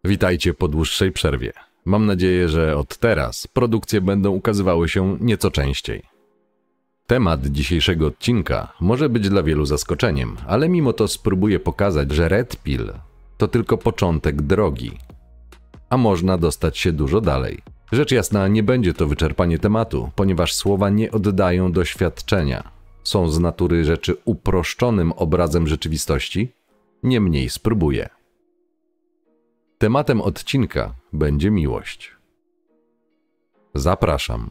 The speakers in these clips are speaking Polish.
Witajcie po dłuższej przerwie. Mam nadzieję, że od teraz produkcje będą ukazywały się nieco częściej. Temat dzisiejszego odcinka może być dla wielu zaskoczeniem, ale mimo to spróbuję pokazać, że Red Pill to tylko początek drogi, a można dostać się dużo dalej. Rzecz jasna, nie będzie to wyczerpanie tematu, ponieważ słowa nie oddają doświadczenia. Są z natury rzeczy uproszczonym obrazem rzeczywistości, niemniej spróbuję. Tematem odcinka będzie miłość. Zapraszam.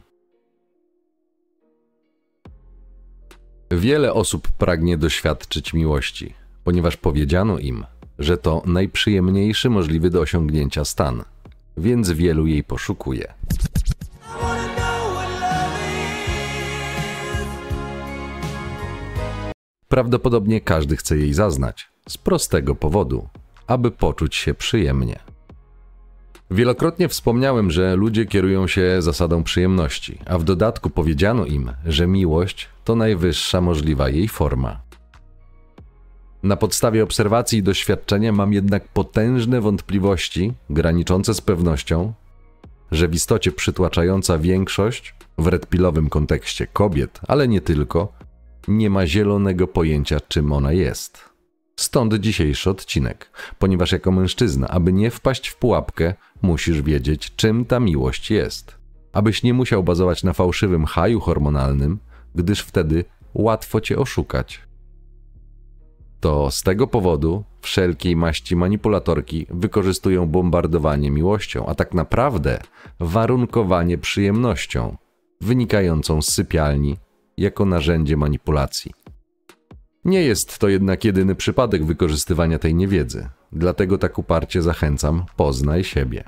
Wiele osób pragnie doświadczyć miłości, ponieważ powiedziano im, że to najprzyjemniejszy możliwy do osiągnięcia stan, więc wielu jej poszukuje. Prawdopodobnie każdy chce jej zaznać, z prostego powodu, aby poczuć się przyjemnie. Wielokrotnie wspomniałem, że ludzie kierują się zasadą przyjemności, a w dodatku powiedziano im, że miłość to najwyższa możliwa jej forma. Na podstawie obserwacji i doświadczenia mam jednak potężne wątpliwości, graniczące z pewnością, że w istocie przytłaczająca większość, w redpillowym kontekście kobiet, ale nie tylko, nie ma zielonego pojęcia, czym ona jest. Stąd dzisiejszy odcinek, ponieważ jako mężczyzna, aby nie wpaść w pułapkę, musisz wiedzieć, czym ta miłość jest. Abyś nie musiał bazować na fałszywym haju hormonalnym, gdyż wtedy łatwo cię oszukać. To z tego powodu wszelkiej maści manipulatorki wykorzystują bombardowanie miłością, a tak naprawdę warunkowanie przyjemnością, wynikającą z sypialni jako narzędzie manipulacji. Nie jest to jednak jedyny przypadek wykorzystywania tej niewiedzy, dlatego tak uparcie zachęcam, poznaj siebie.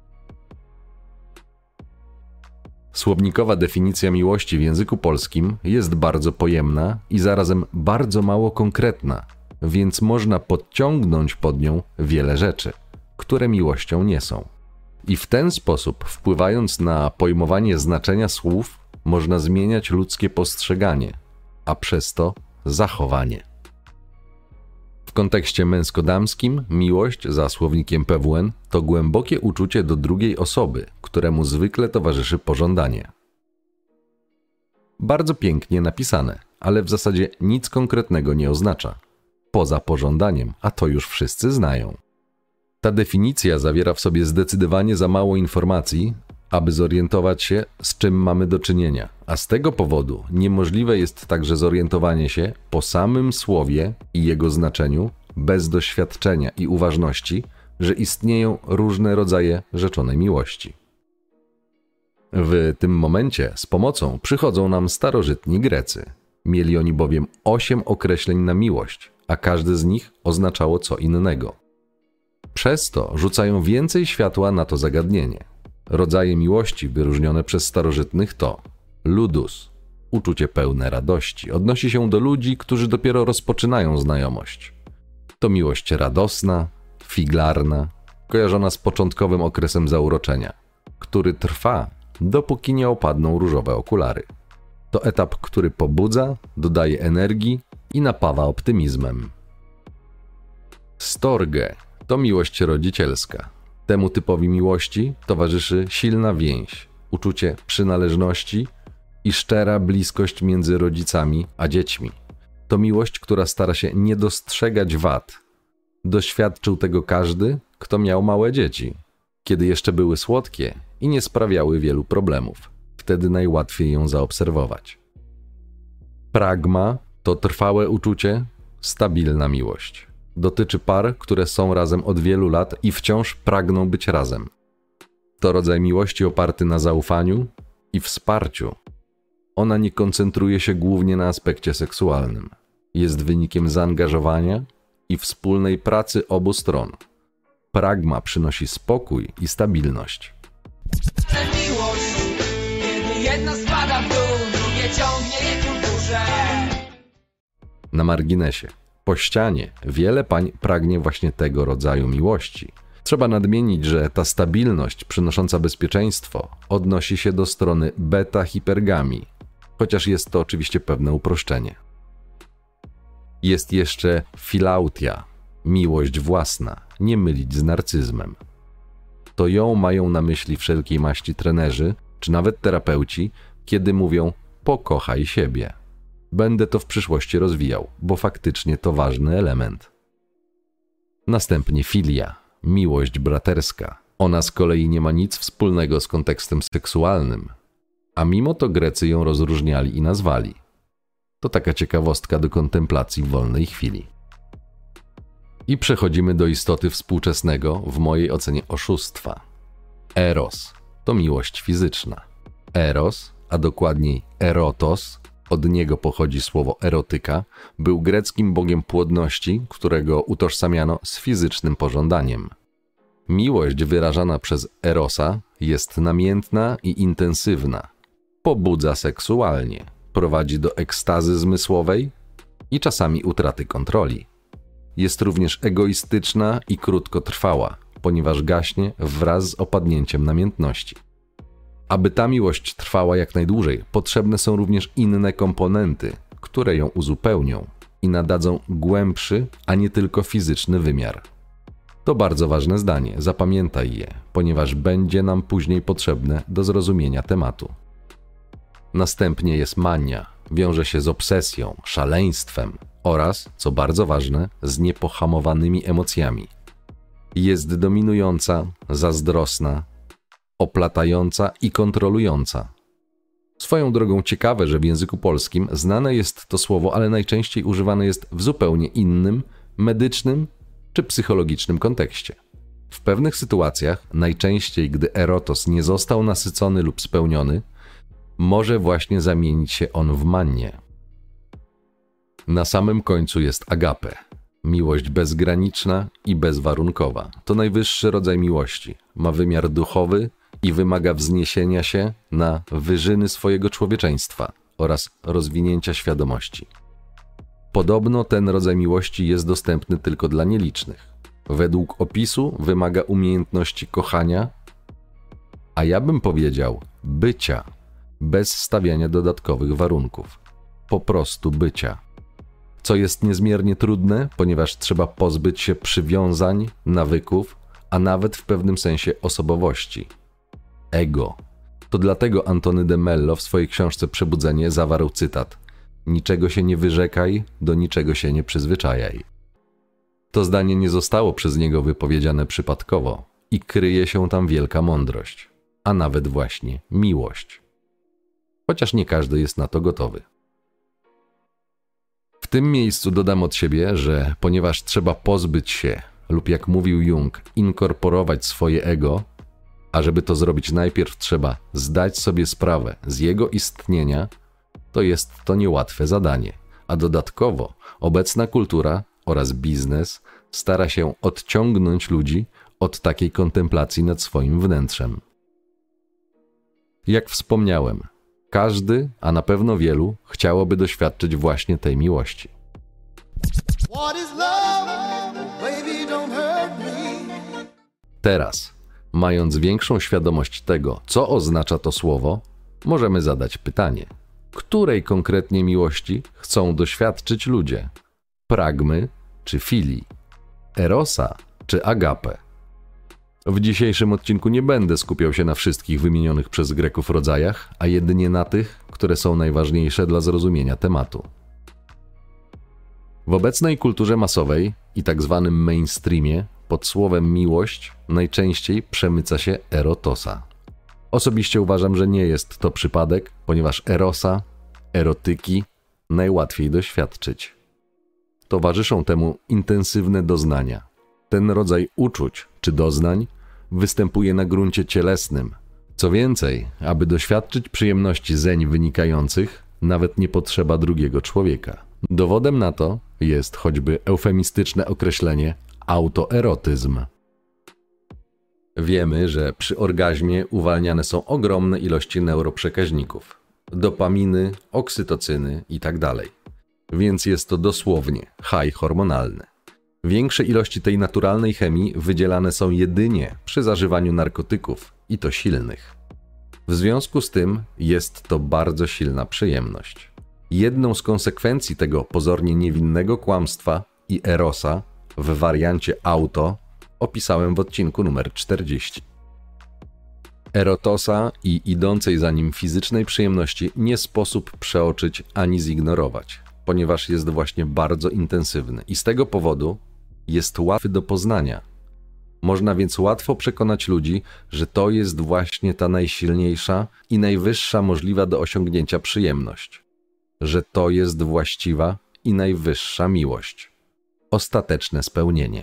Słownikowa definicja miłości w języku polskim jest bardzo pojemna i zarazem bardzo mało konkretna, więc można podciągnąć pod nią wiele rzeczy, które miłością nie są. I w ten sposób, wpływając na pojmowanie znaczenia słów, można zmieniać ludzkie postrzeganie, a przez to zachowanie. W kontekście męsko-damskim miłość, za słownikiem PWN, to głębokie uczucie do drugiej osoby, któremu zwykle towarzyszy pożądanie. Bardzo pięknie napisane, ale w zasadzie nic konkretnego nie oznacza. Poza pożądaniem, a to już wszyscy znają. Ta definicja zawiera w sobie zdecydowanie za mało informacji, aby zorientować się, z czym mamy do czynienia, a z tego powodu niemożliwe jest także zorientowanie się po samym słowie i jego znaczeniu bez doświadczenia i uważności, że istnieją różne rodzaje rzeczonej miłości. W tym momencie z pomocą przychodzą nam starożytni Grecy. Mieli oni bowiem 8 określeń na miłość, a każdy z nich oznaczało co innego. Przez to rzucają więcej światła na to zagadnienie. Rodzaje miłości wyróżnione przez starożytnych to ludus, uczucie pełne radości, odnosi się do ludzi, którzy dopiero rozpoczynają znajomość. To miłość radosna, figlarna, kojarzona z początkowym okresem zauroczenia, który trwa, dopóki nie opadną różowe okulary. To etap, który pobudza, dodaje energii i napawa optymizmem. Storge to miłość rodzicielska. Temu typowi miłości towarzyszy silna więź, uczucie przynależności i szczera bliskość między rodzicami a dziećmi. To miłość, która stara się nie dostrzegać wad. Doświadczył tego każdy, kto miał małe dzieci, kiedy jeszcze były słodkie i nie sprawiały wielu problemów. Wtedy najłatwiej ją zaobserwować. Pragma to trwałe uczucie, stabilna miłość. Dotyczy par, które są razem od wielu lat i wciąż pragną być razem. To rodzaj miłości oparty na zaufaniu i wsparciu. Ona nie koncentruje się głównie na aspekcie seksualnym. Jest wynikiem zaangażowania i wspólnej pracy obu stron. Pragma przynosi spokój i stabilność. Miłość, kiedy jedna spada w dół, drugie ciągnie je ku górze. Na marginesie. Po ścianie wiele pań pragnie właśnie tego rodzaju miłości. Trzeba nadmienić, że ta stabilność przynosząca bezpieczeństwo odnosi się do strony beta-hipergamii, chociaż jest to oczywiście pewne uproszczenie. Jest jeszcze filautia, miłość własna, nie mylić z narcyzmem. To ją mają na myśli wszelkiej maści trenerzy, czy nawet terapeuci, kiedy mówią pokochaj siebie. Będę to w przyszłości rozwijał, bo faktycznie to ważny element. Następnie filia, miłość braterska. Ona z kolei nie ma nic wspólnego z kontekstem seksualnym, a mimo to Grecy ją rozróżniali i nazwali. To taka ciekawostka do kontemplacji w wolnej chwili. I przechodzimy do istoty współczesnego, w mojej ocenie, oszustwa. Eros to miłość fizyczna. Eros, a dokładniej erotos, od niego pochodzi słowo erotyka, był greckim bogiem płodności, którego utożsamiano z fizycznym pożądaniem. Miłość wyrażana przez erosa jest namiętna i intensywna. Pobudza seksualnie, prowadzi do ekstazy zmysłowej i czasami utraty kontroli. Jest również egoistyczna i krótkotrwała, ponieważ gaśnie wraz z opadnięciem namiętności. Aby ta miłość trwała jak najdłużej, potrzebne są również inne komponenty, które ją uzupełnią i nadadzą głębszy, a nie tylko fizyczny wymiar. To bardzo ważne zdanie, zapamiętaj je, ponieważ będzie nam później potrzebne do zrozumienia tematu. Następnie jest mania, wiąże się z obsesją, szaleństwem oraz, co bardzo ważne, z niepohamowanymi emocjami. Jest dominująca, zazdrosna, oplatająca i kontrolująca. Swoją drogą ciekawe, że w języku polskim znane jest to słowo, ale najczęściej używane jest w zupełnie innym, medycznym czy psychologicznym kontekście. W pewnych sytuacjach, najczęściej gdy erotos nie został nasycony lub spełniony, może właśnie zamienić się on w manię. Na samym końcu jest agape. Miłość bezgraniczna i bezwarunkowa. To najwyższy rodzaj miłości. Ma wymiar duchowy i wymaga wzniesienia się na wyżyny swojego człowieczeństwa oraz rozwinięcia świadomości. Podobno ten rodzaj miłości jest dostępny tylko dla nielicznych. Według opisu wymaga umiejętności kochania, a ja bym powiedział bycia, bez stawiania dodatkowych warunków. Po prostu bycia. Co jest niezmiernie trudne, ponieważ trzeba pozbyć się przywiązań, nawyków, a nawet w pewnym sensie osobowości. Ego. To dlatego Antony de Mello w swojej książce Przebudzenie zawarł cytat: niczego się nie wyrzekaj, do niczego się nie przyzwyczajaj. To zdanie nie zostało przez niego wypowiedziane przypadkowo i kryje się tam wielka mądrość, a nawet właśnie miłość. Chociaż nie każdy jest na to gotowy. W tym miejscu dodam od siebie, że ponieważ trzeba pozbyć się, lub jak mówił Jung, inkorporować swoje ego, a żeby to zrobić najpierw trzeba zdać sobie sprawę z jego istnienia, to jest to niełatwe zadanie, a dodatkowo obecna kultura oraz biznes stara się odciągnąć ludzi od takiej kontemplacji nad swoim wnętrzem. Jak wspomniałem, każdy, a na pewno wielu, chciałoby doświadczyć właśnie tej miłości. Teraz, mając większą świadomość tego, co oznacza to słowo, możemy zadać pytanie: której konkretnie miłości chcą doświadczyć ludzie? Pragmy czy filii? Erosa czy agape? W dzisiejszym odcinku nie będę skupiał się na wszystkich wymienionych przez Greków rodzajach, a jedynie na tych, które są najważniejsze dla zrozumienia tematu. W obecnej kulturze masowej i tak zwanym mainstreamie pod słowem miłość najczęściej przemyca się erotosa. Osobiście uważam, że nie jest to przypadek, ponieważ erosa, erotyki najłatwiej doświadczyć. Towarzyszą temu intensywne doznania. Ten rodzaj uczuć czy doznań występuje na gruncie cielesnym. Co więcej, aby doświadczyć przyjemności zeń wynikających, nawet nie potrzeba drugiego człowieka. Dowodem na to jest choćby eufemistyczne określenie autoerotyzm. Wiemy, że przy orgazmie uwalniane są ogromne ilości neuroprzekaźników, dopaminy, oksytocyny itd. Więc jest to dosłownie high hormonalny. Większe ilości tej naturalnej chemii wydzielane są jedynie przy zażywaniu narkotyków i to silnych. W związku z tym jest to bardzo silna przyjemność. Jedną z konsekwencji tego pozornie niewinnego kłamstwa i erosa w wariancie auto opisałem w odcinku numer 40. Erotosa i idącej za nim fizycznej przyjemności nie sposób przeoczyć ani zignorować, ponieważ jest właśnie bardzo intensywny i z tego powodu jest łatwy do poznania. Można więc łatwo przekonać ludzi, że to jest właśnie ta najsilniejsza i najwyższa możliwa do osiągnięcia przyjemność, że to jest właściwa i najwyższa miłość, ostateczne spełnienie.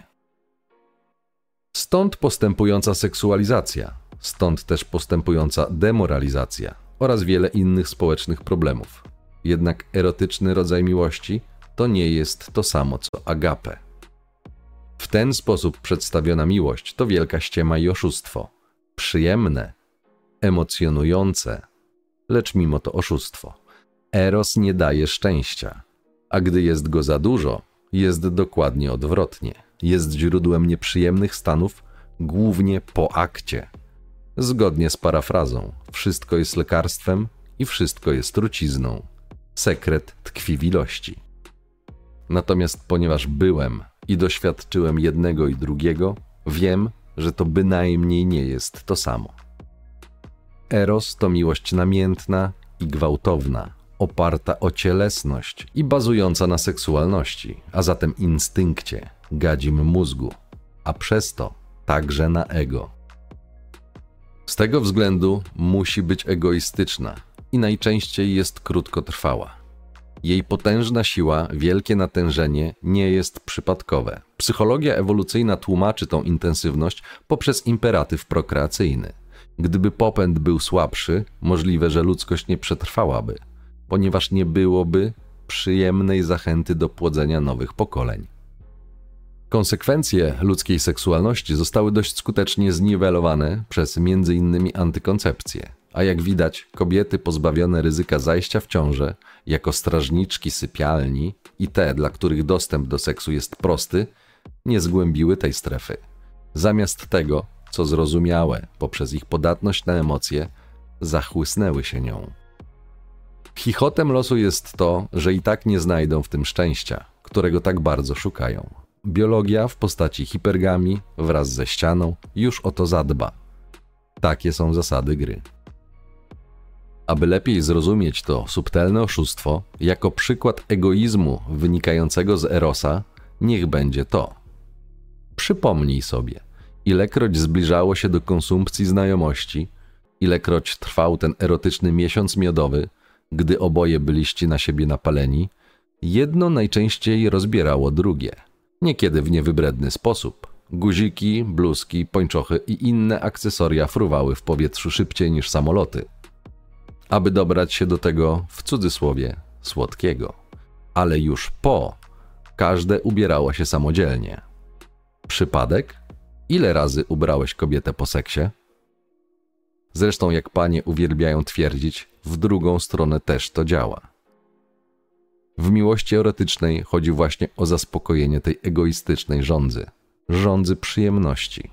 Stąd postępująca seksualizacja, stąd też postępująca demoralizacja oraz wiele innych społecznych problemów. Jednak erotyczny rodzaj miłości to nie jest to samo co agape. W ten sposób przedstawiona miłość to wielka ściema i oszustwo. Przyjemne, emocjonujące, lecz mimo to oszustwo. Eros nie daje szczęścia, a gdy jest go za dużo, jest dokładnie odwrotnie. Jest źródłem nieprzyjemnych stanów, głównie po akcie. Zgodnie z parafrazą, wszystko jest lekarstwem i wszystko jest trucizną. Sekret tkwi w ilości. Natomiast ponieważ byłem i doświadczyłem jednego i drugiego, wiem, że to bynajmniej nie jest to samo. Eros to miłość namiętna i gwałtowna, oparta o cielesność i bazująca na seksualności, a zatem instynkcie, gadzim mózgu, a przez to także na ego. Z tego względu musi być egoistyczna i najczęściej jest krótkotrwała. Jej potężna siła, wielkie natężenie nie jest przypadkowe. Psychologia ewolucyjna tłumaczy tą intensywność poprzez imperatyw prokreacyjny. Gdyby popęd był słabszy, możliwe, że ludzkość nie przetrwałaby, ponieważ nie byłoby przyjemnej zachęty do płodzenia nowych pokoleń. Konsekwencje ludzkiej seksualności zostały dość skutecznie zniwelowane przez m.in. antykoncepcję, a jak widać, kobiety pozbawione ryzyka zajścia w ciążę, jako strażniczki sypialni i te, dla których dostęp do seksu jest prosty, nie zgłębiły tej strefy. Zamiast tego, co zrozumiałe poprzez ich podatność na emocje, zachłysnęły się nią. Chichotem losu jest to, że i tak nie znajdą w tym szczęścia, którego tak bardzo szukają. Biologia w postaci hipergamii wraz ze ścianą już o to zadba. Takie są zasady gry. Aby lepiej zrozumieć to subtelne oszustwo, jako przykład egoizmu wynikającego z erosa, niech będzie to. Przypomnij sobie, ilekroć zbliżało się do konsumpcji znajomości, ilekroć trwał ten erotyczny miesiąc miodowy, gdy oboje byliście na siebie napaleni, jedno najczęściej rozbierało drugie. Niekiedy w niewybredny sposób. Guziki, bluzki, pończochy i inne akcesoria fruwały w powietrzu szybciej niż samoloty, aby dobrać się do tego, w cudzysłowie, słodkiego. Ale już po, każde ubierało się samodzielnie. Przypadek? Ile razy ubrałeś kobietę po seksie? Zresztą, jak panie uwielbiają twierdzić, w drugą stronę też to działa. W miłości erotycznej chodzi właśnie o zaspokojenie tej egoistycznej żądzy przyjemności.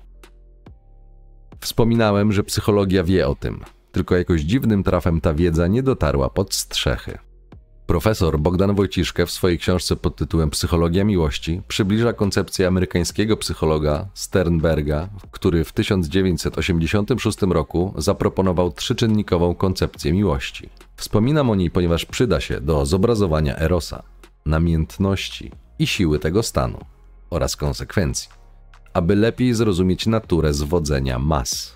Wspominałem, że psychologia wie o tym, tylko jakoś dziwnym trafem ta wiedza nie dotarła pod strzechy. Profesor Bogdan Wojciszke w swojej książce pod tytułem Psychologia miłości przybliża koncepcję amerykańskiego psychologa Sternberga, który w 1986 roku zaproponował trzyczynnikową koncepcję miłości. Wspominam o niej, ponieważ przyda się do zobrazowania erosa, namiętności i siły tego stanu oraz konsekwencji, aby lepiej zrozumieć naturę zwodzenia mas.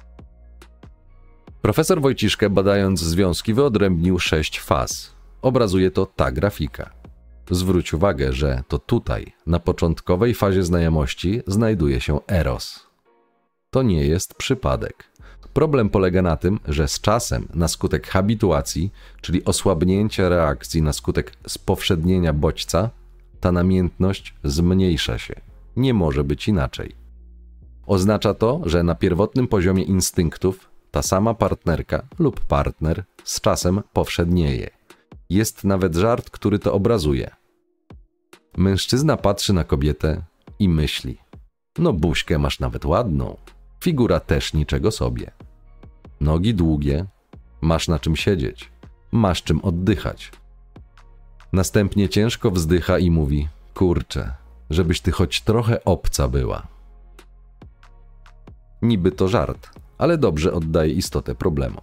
Profesor Wojciszke, badając związki, wyodrębnił 6 faz. Obrazuje to ta grafika. Zwróć uwagę, że to tutaj, na początkowej fazie znajomości, znajduje się eros. To nie jest przypadek. Problem polega na tym, że z czasem, na skutek habituacji, czyli osłabnięcia reakcji na skutek spowszednienia bodźca, ta namiętność zmniejsza się. Nie może być inaczej. Oznacza to, że na pierwotnym poziomie instynktów ta sama partnerka lub partner z czasem powszednieje. Jest nawet żart, który to obrazuje. Mężczyzna patrzy na kobietę i myśli: no buźkę masz nawet ładną, figura też niczego sobie. Nogi długie, masz na czym siedzieć, masz czym oddychać. Następnie ciężko wzdycha i mówi: kurczę, żebyś ty choć trochę obca była. Niby to żart, ale dobrze oddaje istotę problemu.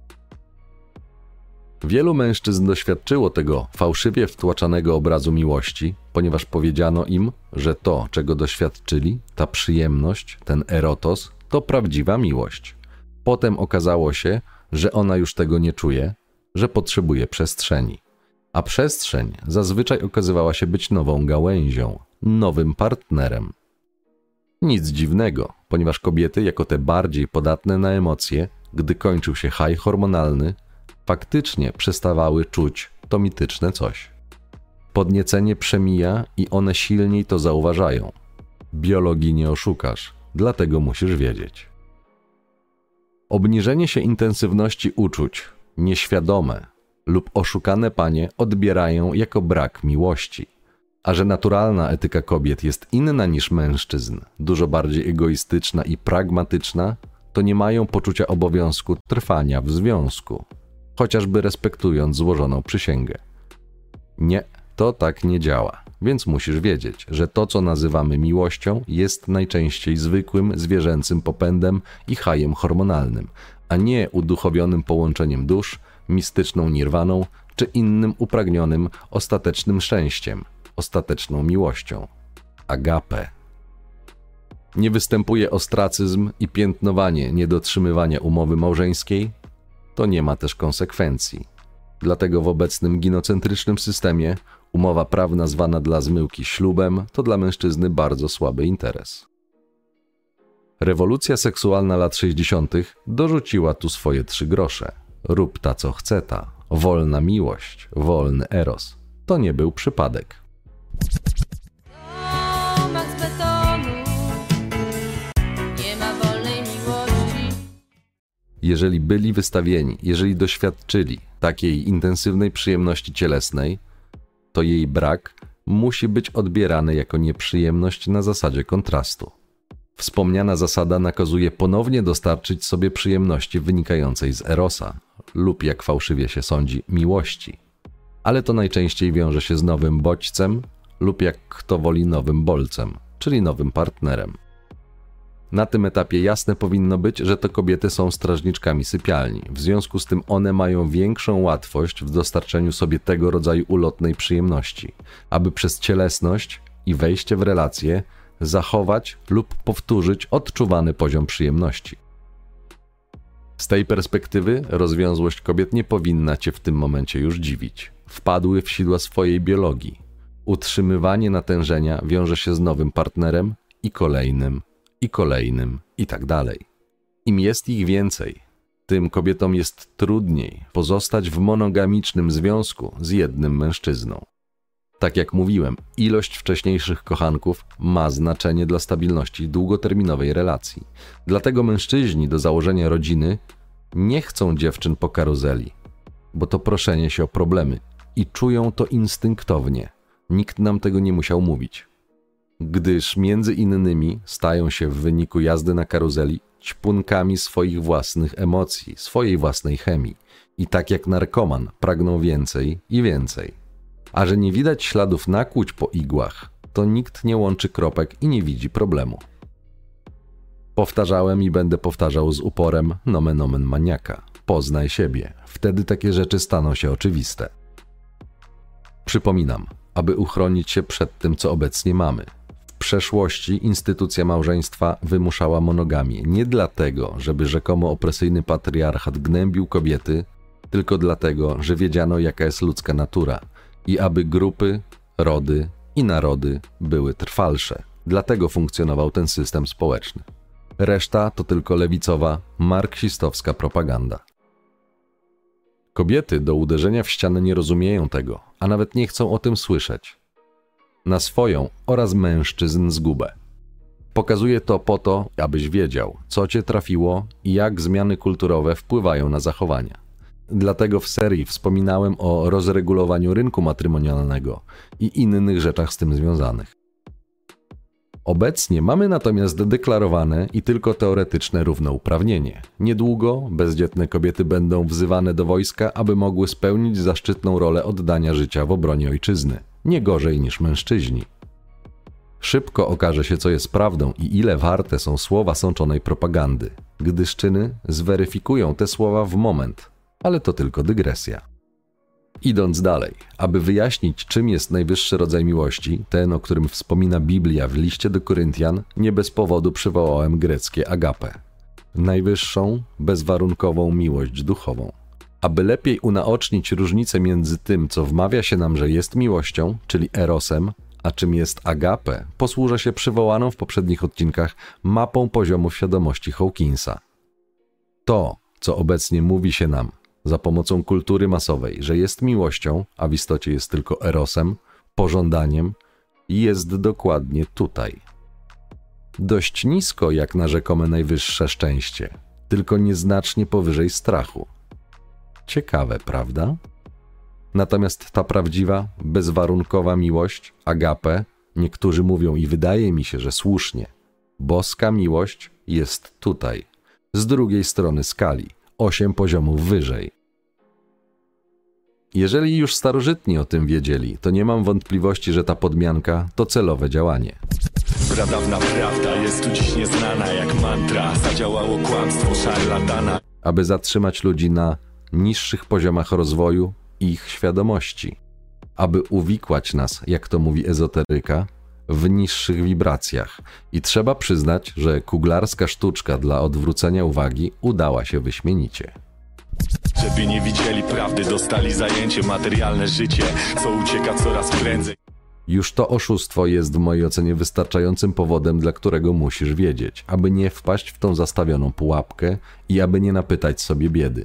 Wielu mężczyzn doświadczyło tego fałszywie wtłaczanego obrazu miłości, ponieważ powiedziano im, że to, czego doświadczyli, ta przyjemność, ten erotos, to prawdziwa miłość. Potem okazało się, że ona już tego nie czuje, że potrzebuje przestrzeni. A przestrzeń zazwyczaj okazywała się być nową gałęzią, nowym partnerem. Nic dziwnego, ponieważ kobiety, jako te bardziej podatne na emocje, gdy kończył się haj hormonalny, faktycznie przestawały czuć to mityczne coś. Podniecenie przemija i one silniej to zauważają. Biologii nie oszukasz, dlatego musisz wiedzieć. Obniżenie się intensywności uczuć, nieświadome lub oszukane panie odbierają jako brak miłości. A że naturalna etyka kobiet jest inna niż mężczyzn, dużo bardziej egoistyczna i pragmatyczna, to nie mają poczucia obowiązku trwania w związku, chociażby respektując złożoną przysięgę. Nie, to tak nie działa, więc musisz wiedzieć, że to, co nazywamy miłością, jest najczęściej zwykłym, zwierzęcym popędem i hajem hormonalnym, a nie uduchowionym połączeniem dusz, mistyczną nirwaną czy innym upragnionym ostatecznym szczęściem, ostateczną miłością. Agape. Nie występuje ostracyzm i piętnowanie niedotrzymywania umowy małżeńskiej, to nie ma też konsekwencji. Dlatego w obecnym ginocentrycznym systemie umowa prawna zwana dla zmyłki ślubem to dla mężczyzny bardzo słaby interes. Rewolucja seksualna lat 60. dorzuciła tu swoje 3 grosze. Rób ta co chce ta, wolna miłość, wolny eros. To nie był przypadek. Jeżeli byli wystawieni, jeżeli doświadczyli takiej intensywnej przyjemności cielesnej, to jej brak musi być odbierany jako nieprzyjemność na zasadzie kontrastu. Wspomniana zasada nakazuje ponownie dostarczyć sobie przyjemności wynikającej z erosa lub, jak fałszywie się sądzi, miłości. Ale to najczęściej wiąże się z nowym bodźcem lub, jak kto woli, nowym bolcem, czyli nowym partnerem. Na tym etapie jasne powinno być, że to kobiety są strażniczkami sypialni. W związku z tym one mają większą łatwość w dostarczeniu sobie tego rodzaju ulotnej przyjemności, aby przez cielesność i wejście w relacje zachować lub powtórzyć odczuwany poziom przyjemności. Z tej perspektywy rozwiązłość kobiet nie powinna cię w tym momencie już dziwić. Wpadły w sidła swojej biologii. Utrzymywanie natężenia wiąże się z nowym partnerem i kolejnym i tak dalej. Im jest ich więcej, tym kobietom jest trudniej pozostać w monogamicznym związku z jednym mężczyzną. Tak jak mówiłem, ilość wcześniejszych kochanków ma znaczenie dla stabilności długoterminowej relacji. Dlatego mężczyźni do założenia rodziny nie chcą dziewczyn po karuzeli, bo to proszenie się o problemy i czują to instynktownie. Nikt nam tego nie musiał mówić. Gdyż między innymi stają się w wyniku jazdy na karuzeli ćpunkami swoich własnych emocji, swojej własnej chemii i tak jak narkoman pragną więcej i więcej. A że nie widać śladów nakłuć po igłach, to nikt nie łączy kropek i nie widzi problemu. Powtarzałem i będę powtarzał z uporem nomen omen maniaka. Poznaj siebie, wtedy takie rzeczy staną się oczywiste. Przypominam, aby uchronić się przed tym, co obecnie mamy. W przeszłości instytucja małżeństwa wymuszała monogamię nie dlatego, żeby rzekomo opresyjny patriarchat gnębił kobiety, tylko dlatego, że wiedziano, jaka jest ludzka natura i aby grupy, rody i narody były trwalsze. Dlatego funkcjonował ten system społeczny. Reszta to tylko lewicowa, marksistowska propaganda. Kobiety do uderzenia w ścianę nie rozumieją tego, a nawet nie chcą o tym słyszeć. Na swoją oraz mężczyzn zgubę. Pokazuję to po to, abyś wiedział, co cię trafiło i jak zmiany kulturowe wpływają na zachowania. Dlatego w serii wspominałem o rozregulowaniu rynku matrymonialnego i innych rzeczach z tym związanych. Obecnie mamy natomiast deklarowane i tylko teoretyczne równouprawnienie. Niedługo bezdzietne kobiety będą wzywane do wojska, aby mogły spełnić zaszczytną rolę oddania życia w obronie ojczyzny. Nie gorzej niż mężczyźni. Szybko okaże się, co jest prawdą i ile warte są słowa sączonej propagandy, gdyż czyny zweryfikują te słowa w moment, ale to tylko dygresja. Idąc dalej, aby wyjaśnić, czym jest najwyższy rodzaj miłości, ten, o którym wspomina Biblia w liście do Koryntian, nie bez powodu przywołałem greckie agape. Najwyższą, bezwarunkową miłość duchową. Aby lepiej unaocznić różnicę między tym, co wmawia się nam, że jest miłością, czyli erosem, a czym jest agape, posłużę się przywołaną w poprzednich odcinkach mapą poziomów świadomości Hawkinsa. To, co obecnie mówi się nam za pomocą kultury masowej, że jest miłością, a w istocie jest tylko erosem, pożądaniem, jest dokładnie tutaj. Dość nisko jak na rzekome najwyższe szczęście, tylko nieznacznie powyżej strachu. Ciekawe, prawda? Natomiast ta prawdziwa, bezwarunkowa miłość, agape, niektórzy mówią i wydaje mi się, że słusznie, boska miłość jest tutaj, z drugiej strony skali, 8 poziomów wyżej. Jeżeli już starożytni o tym wiedzieli, to nie mam wątpliwości, że ta podmianka to celowe działanie. Pradawna prawda jest tu dziś nieznana jak mantra. Zadziałało kłamstwo szarlatana. Aby zatrzymać ludzi na niższych poziomach rozwoju ich świadomości. Aby uwikłać nas, jak to mówi ezoteryka, w niższych wibracjach. I trzeba przyznać, że kuglarska sztuczka dla odwrócenia uwagi udała się wyśmienicie. Żeby nie widzieli prawdy, dostali zajęcie, materialne życie, co ucieka coraz prędzej. Już to oszustwo jest w mojej ocenie wystarczającym powodem, dla którego musisz wiedzieć, aby nie wpaść w tą zastawioną pułapkę i aby nie napytać sobie biedy.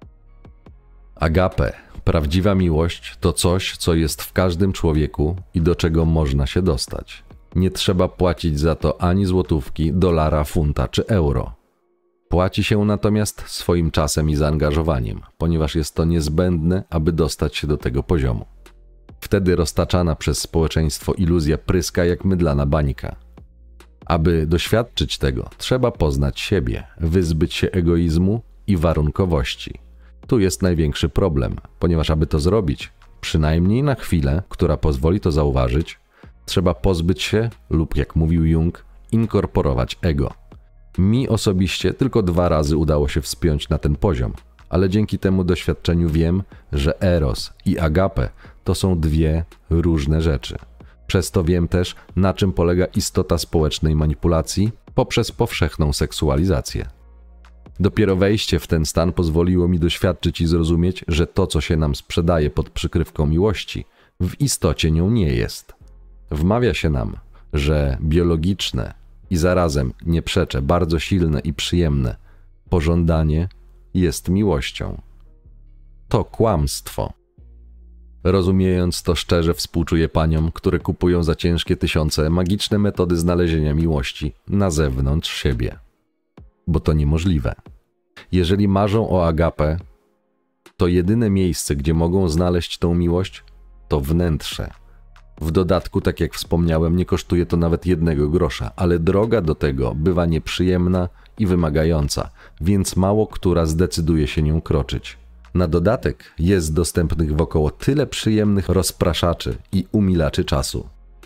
Agape, prawdziwa miłość, to coś, co jest w każdym człowieku i do czego można się dostać. Nie trzeba płacić za to ani złotówki, dolara, funta czy euro. Płaci się natomiast swoim czasem i zaangażowaniem, ponieważ jest to niezbędne, aby dostać się do tego poziomu. Wtedy roztaczana przez społeczeństwo iluzja pryska jak mydlana bańka. Aby doświadczyć tego, trzeba poznać siebie, wyzbyć się egoizmu i warunkowości. Tu jest największy problem, ponieważ aby to zrobić, przynajmniej na chwilę, która pozwoli to zauważyć, trzeba pozbyć się, lub jak mówił Jung, inkorporować ego. Mi osobiście tylko 2 razy udało się wspiąć na ten poziom, ale dzięki temu doświadczeniu wiem, że eros i agape to są 2 różne rzeczy. Przez to wiem też, na czym polega istota społecznej manipulacji poprzez powszechną seksualizację. Dopiero wejście w ten stan pozwoliło mi doświadczyć i zrozumieć, że to, co się nam sprzedaje pod przykrywką miłości, w istocie nią nie jest. Wmawia się nam, że biologiczne i zarazem, nie przeczę, bardzo silne i przyjemne pożądanie jest miłością. To kłamstwo. Rozumiejąc to szczerze, współczuję paniom, które kupują za ciężkie tysiące magiczne metody znalezienia miłości na zewnątrz siebie. Bo to niemożliwe. Jeżeli marzą o agape, to jedyne miejsce, gdzie mogą znaleźć tą miłość, to wnętrze. W dodatku, tak jak wspomniałem, nie kosztuje to nawet 1 grosza, ale droga do tego bywa nieprzyjemna i wymagająca, więc mało która zdecyduje się nią kroczyć. Na dodatek jest dostępnych wokoło tyle przyjemnych rozpraszaczy i umilaczy czasu.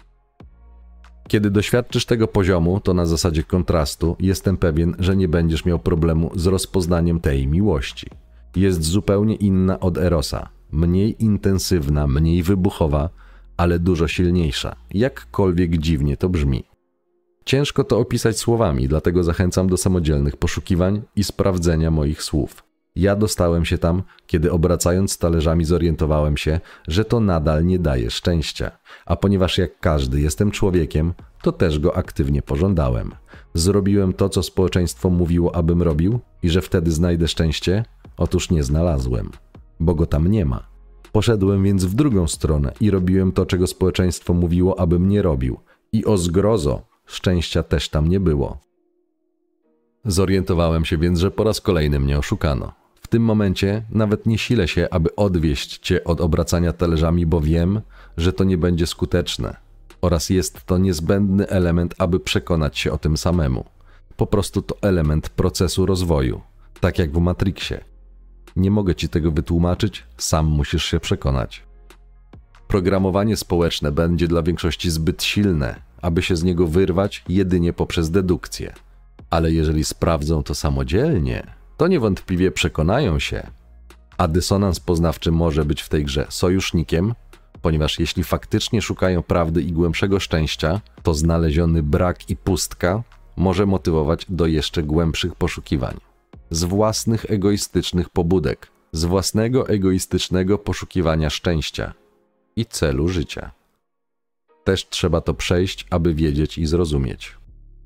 Kiedy doświadczysz tego poziomu, to na zasadzie kontrastu jestem pewien, że nie będziesz miał problemu z rozpoznaniem tej miłości. Jest zupełnie inna od erosa, mniej intensywna, mniej wybuchowa, ale dużo silniejsza, jakkolwiek dziwnie to brzmi. Ciężko to opisać słowami, dlatego zachęcam do samodzielnych poszukiwań i sprawdzenia moich słów. Ja dostałem się tam, kiedy obracając talerzami zorientowałem się, że to nadal nie daje szczęścia, a ponieważ jak każdy jestem człowiekiem, to też go aktywnie pożądałem. Zrobiłem to, co społeczeństwo mówiło, abym robił i że wtedy znajdę szczęście? Otóż nie znalazłem, bo go tam nie ma. Poszedłem więc w drugą stronę i robiłem to, czego społeczeństwo mówiło, abym nie robił. I o zgrozo, szczęścia też tam nie było. Zorientowałem się więc, że po raz kolejny mnie oszukano. W tym momencie nawet nie silę się, aby odwieść cię od obracania talerzami, bo wiem, że to nie będzie skuteczne. Oraz jest to niezbędny element, aby przekonać się o tym samemu. Po prostu to element procesu rozwoju. Tak jak w Matrixie. Nie mogę ci tego wytłumaczyć, sam musisz się przekonać. Programowanie społeczne będzie dla większości zbyt silne, aby się z niego wyrwać jedynie poprzez dedukcję. Ale jeżeli sprawdzą to samodzielnie, to niewątpliwie przekonają się, a dysonans poznawczy może być w tej grze sojusznikiem, ponieważ jeśli faktycznie szukają prawdy i głębszego szczęścia, to znaleziony brak i pustka może motywować do jeszcze głębszych poszukiwań. Z własnych egoistycznych pobudek, z własnego egoistycznego poszukiwania szczęścia i celu życia. Też trzeba to przejść, aby wiedzieć i zrozumieć.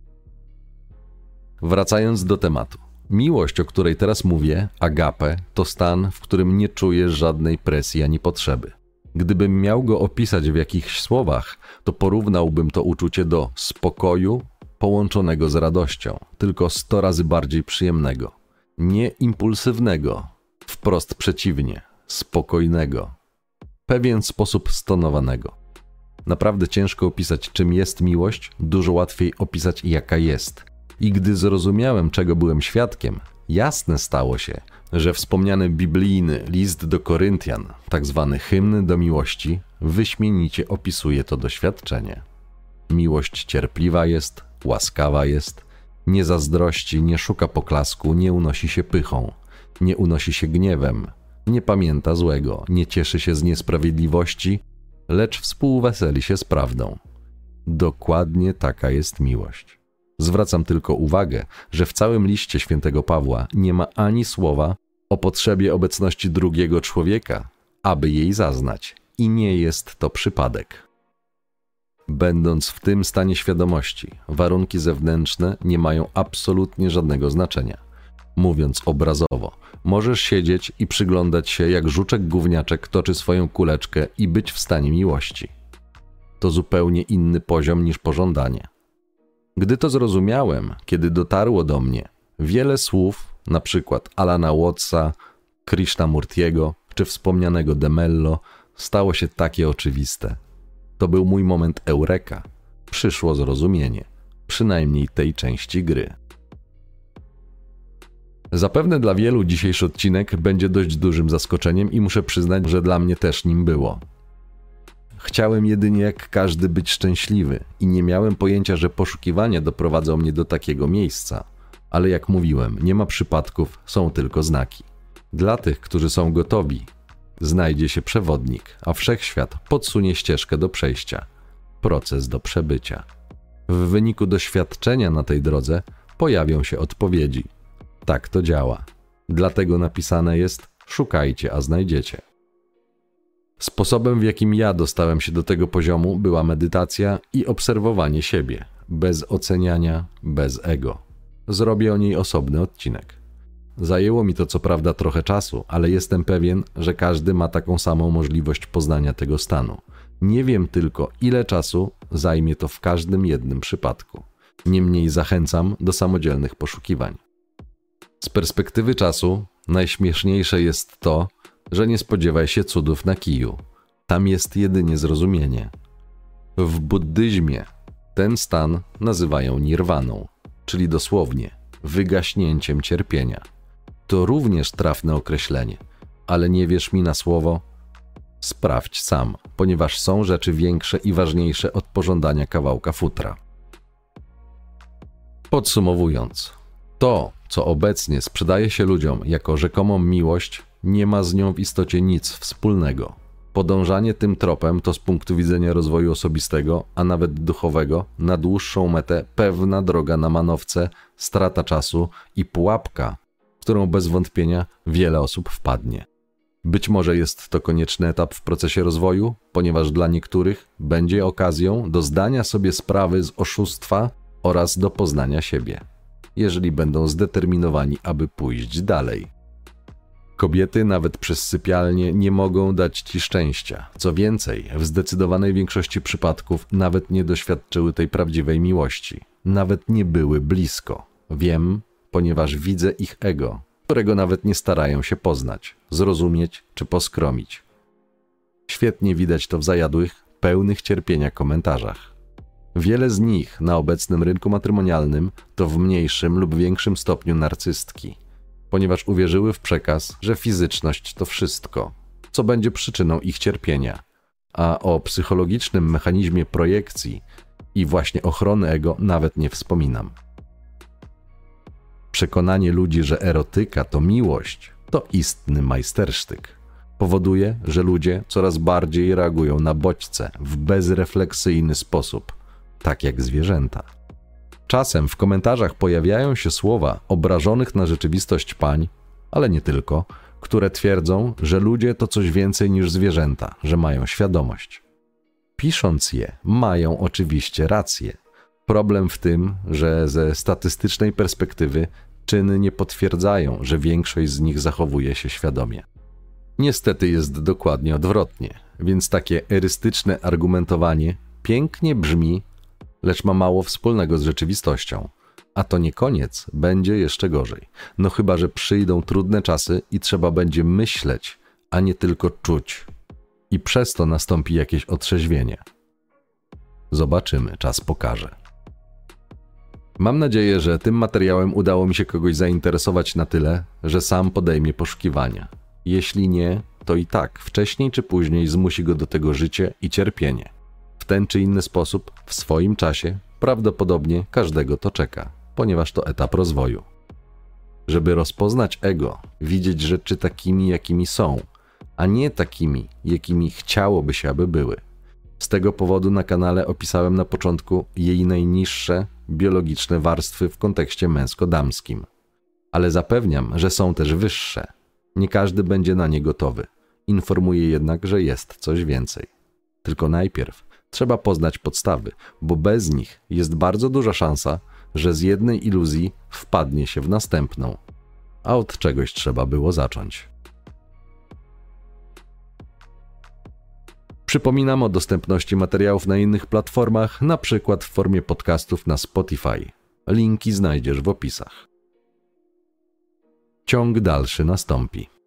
Wracając do tematu. Miłość, o której teraz mówię, agape, to stan, w którym nie czujesz żadnej presji ani potrzeby. Gdybym miał go opisać w jakichś słowach, to porównałbym to uczucie do spokoju połączonego z radością, tylko 100 razy bardziej przyjemnego. Nie impulsywnego, wprost przeciwnie, spokojnego. Pewien sposób stonowanego. Naprawdę ciężko opisać, czym jest miłość, dużo łatwiej opisać, jaka jest. I gdy zrozumiałem, czego byłem świadkiem, jasne stało się, że wspomniany biblijny list do Koryntian, tak zwany hymn do miłości, wyśmienicie opisuje to doświadczenie. Miłość cierpliwa jest, łaskawa jest, nie zazdrości, nie szuka poklasku, nie unosi się pychą, nie unosi się gniewem, nie pamięta złego, nie cieszy się z niesprawiedliwości, lecz współweseli się z prawdą. Dokładnie taka jest miłość. Zwracam tylko uwagę, że w całym liście świętego Pawła nie ma ani słowa o potrzebie obecności drugiego człowieka, aby jej zaznać. I nie jest to przypadek. Będąc w tym stanie świadomości, warunki zewnętrzne nie mają absolutnie żadnego znaczenia. Mówiąc obrazowo, możesz siedzieć i przyglądać się, jak żuczek gówniaczek toczy swoją kuleczkę i być w stanie miłości. To zupełnie inny poziom niż pożądanie. Gdy to zrozumiałem, kiedy dotarło do mnie, wiele słów, na przykład Alana Wattsa, Krishnamurtiego czy wspomnianego De Mello, stało się takie oczywiste. To był mój moment eureka. Przyszło zrozumienie, przynajmniej tej części gry. Zapewne dla wielu dzisiejszy odcinek będzie dość dużym zaskoczeniem i muszę przyznać, że dla mnie też nim było. Chciałem jedynie jak każdy być szczęśliwy i nie miałem pojęcia, że poszukiwania doprowadzą mnie do takiego miejsca. Ale jak mówiłem, nie ma przypadków, są tylko znaki. Dla tych, którzy są gotowi, znajdzie się przewodnik, a wszechświat podsunie ścieżkę do przejścia. Proces do przebycia. W wyniku doświadczenia na tej drodze pojawią się odpowiedzi. Tak to działa. Dlatego napisane jest: szukajcie, a znajdziecie. Sposobem, w jakim ja dostałem się do tego poziomu, była medytacja i obserwowanie siebie, bez oceniania, bez ego. Zrobię o niej osobny odcinek. Zajęło mi to co prawda trochę czasu, ale jestem pewien, że każdy ma taką samą możliwość poznania tego stanu. Nie wiem tylko, ile czasu zajmie to w każdym jednym przypadku. Niemniej zachęcam do samodzielnych poszukiwań. Z perspektywy czasu najśmieszniejsze jest to, że nie spodziewaj się cudów na kiju. Tam jest jedynie zrozumienie. W buddyzmie ten stan nazywają nirwaną, czyli dosłownie wygaśnięciem cierpienia. To również trafne określenie, ale nie wierz mi na słowo? Sprawdź sam, ponieważ są rzeczy większe i ważniejsze od pożądania kawałka futra. Podsumowując, to, co obecnie sprzedaje się ludziom jako rzekomą miłość, nie ma z nią w istocie nic wspólnego. Podążanie tym tropem to z punktu widzenia rozwoju osobistego, a nawet duchowego, na dłuższą metę pewna droga na manowce, strata czasu i pułapka, w którą bez wątpienia wiele osób wpadnie. Być może jest to konieczny etap w procesie rozwoju, ponieważ dla niektórych będzie okazją do zdania sobie sprawy z oszustwa oraz do poznania siebie, jeżeli będą zdeterminowani, aby pójść dalej. Kobiety nawet przez sypialnię nie mogą dać ci szczęścia. Co więcej, w zdecydowanej większości przypadków nawet nie doświadczyły tej prawdziwej miłości. Nawet nie były blisko. Wiem, ponieważ widzę ich ego, którego nawet nie starają się poznać, zrozumieć czy poskromić. Świetnie widać to w zajadłych, pełnych cierpienia komentarzach. Wiele z nich na obecnym rynku matrymonialnym to w mniejszym lub większym stopniu narcystki, ponieważ uwierzyły w przekaz, że fizyczność to wszystko, co będzie przyczyną ich cierpienia, a o psychologicznym mechanizmie projekcji I właśnie ochrony ego nawet nie wspominam. Przekonanie ludzi, że erotyka to miłość, to istny majstersztyk. Powoduje, że ludzie coraz bardziej reagują na bodźce w bezrefleksyjny sposób, tak jak zwierzęta. Czasem w komentarzach pojawiają się słowa obrażonych na rzeczywistość pań, ale nie tylko, które twierdzą, że ludzie to coś więcej niż zwierzęta, że mają świadomość. Pisząc je, mają oczywiście rację. Problem w tym, że ze statystycznej perspektywy czyny nie potwierdzają, że większość z nich zachowuje się świadomie. Niestety jest dokładnie odwrotnie, więc takie erystyczne argumentowanie pięknie brzmi, lecz ma mało wspólnego z rzeczywistością. A to nie koniec, będzie jeszcze gorzej. No chyba, że przyjdą trudne czasy i trzeba będzie myśleć, a nie tylko czuć. I przez to nastąpi jakieś otrzeźwienie. Zobaczymy, czas pokaże. Mam nadzieję, że tym materiałem udało mi się kogoś zainteresować na tyle, że sam podejmie poszukiwania. Jeśli nie, to i tak wcześniej czy później zmusi go do tego życie i cierpienie. W ten czy inny sposób, w swoim czasie, prawdopodobnie każdego to czeka, ponieważ to etap rozwoju. Żeby rozpoznać ego, widzieć rzeczy takimi, jakimi są, a nie takimi, jakimi chciałoby się, aby były. Z tego powodu na kanale opisałem na początku jej najniższe, biologiczne warstwy w kontekście męsko-damskim. Ale zapewniam, że są też wyższe. Nie każdy będzie na nie gotowy. Informuję jednak, że jest coś więcej. Tylko najpierw trzeba poznać podstawy, bo bez nich jest bardzo duża szansa, że z jednej iluzji wpadnie się w następną. A od czegoś trzeba było zacząć. Przypominam o dostępności materiałów na innych platformach, na przykład w formie podcastów na Spotify. Linki znajdziesz w opisach. Ciąg dalszy nastąpi.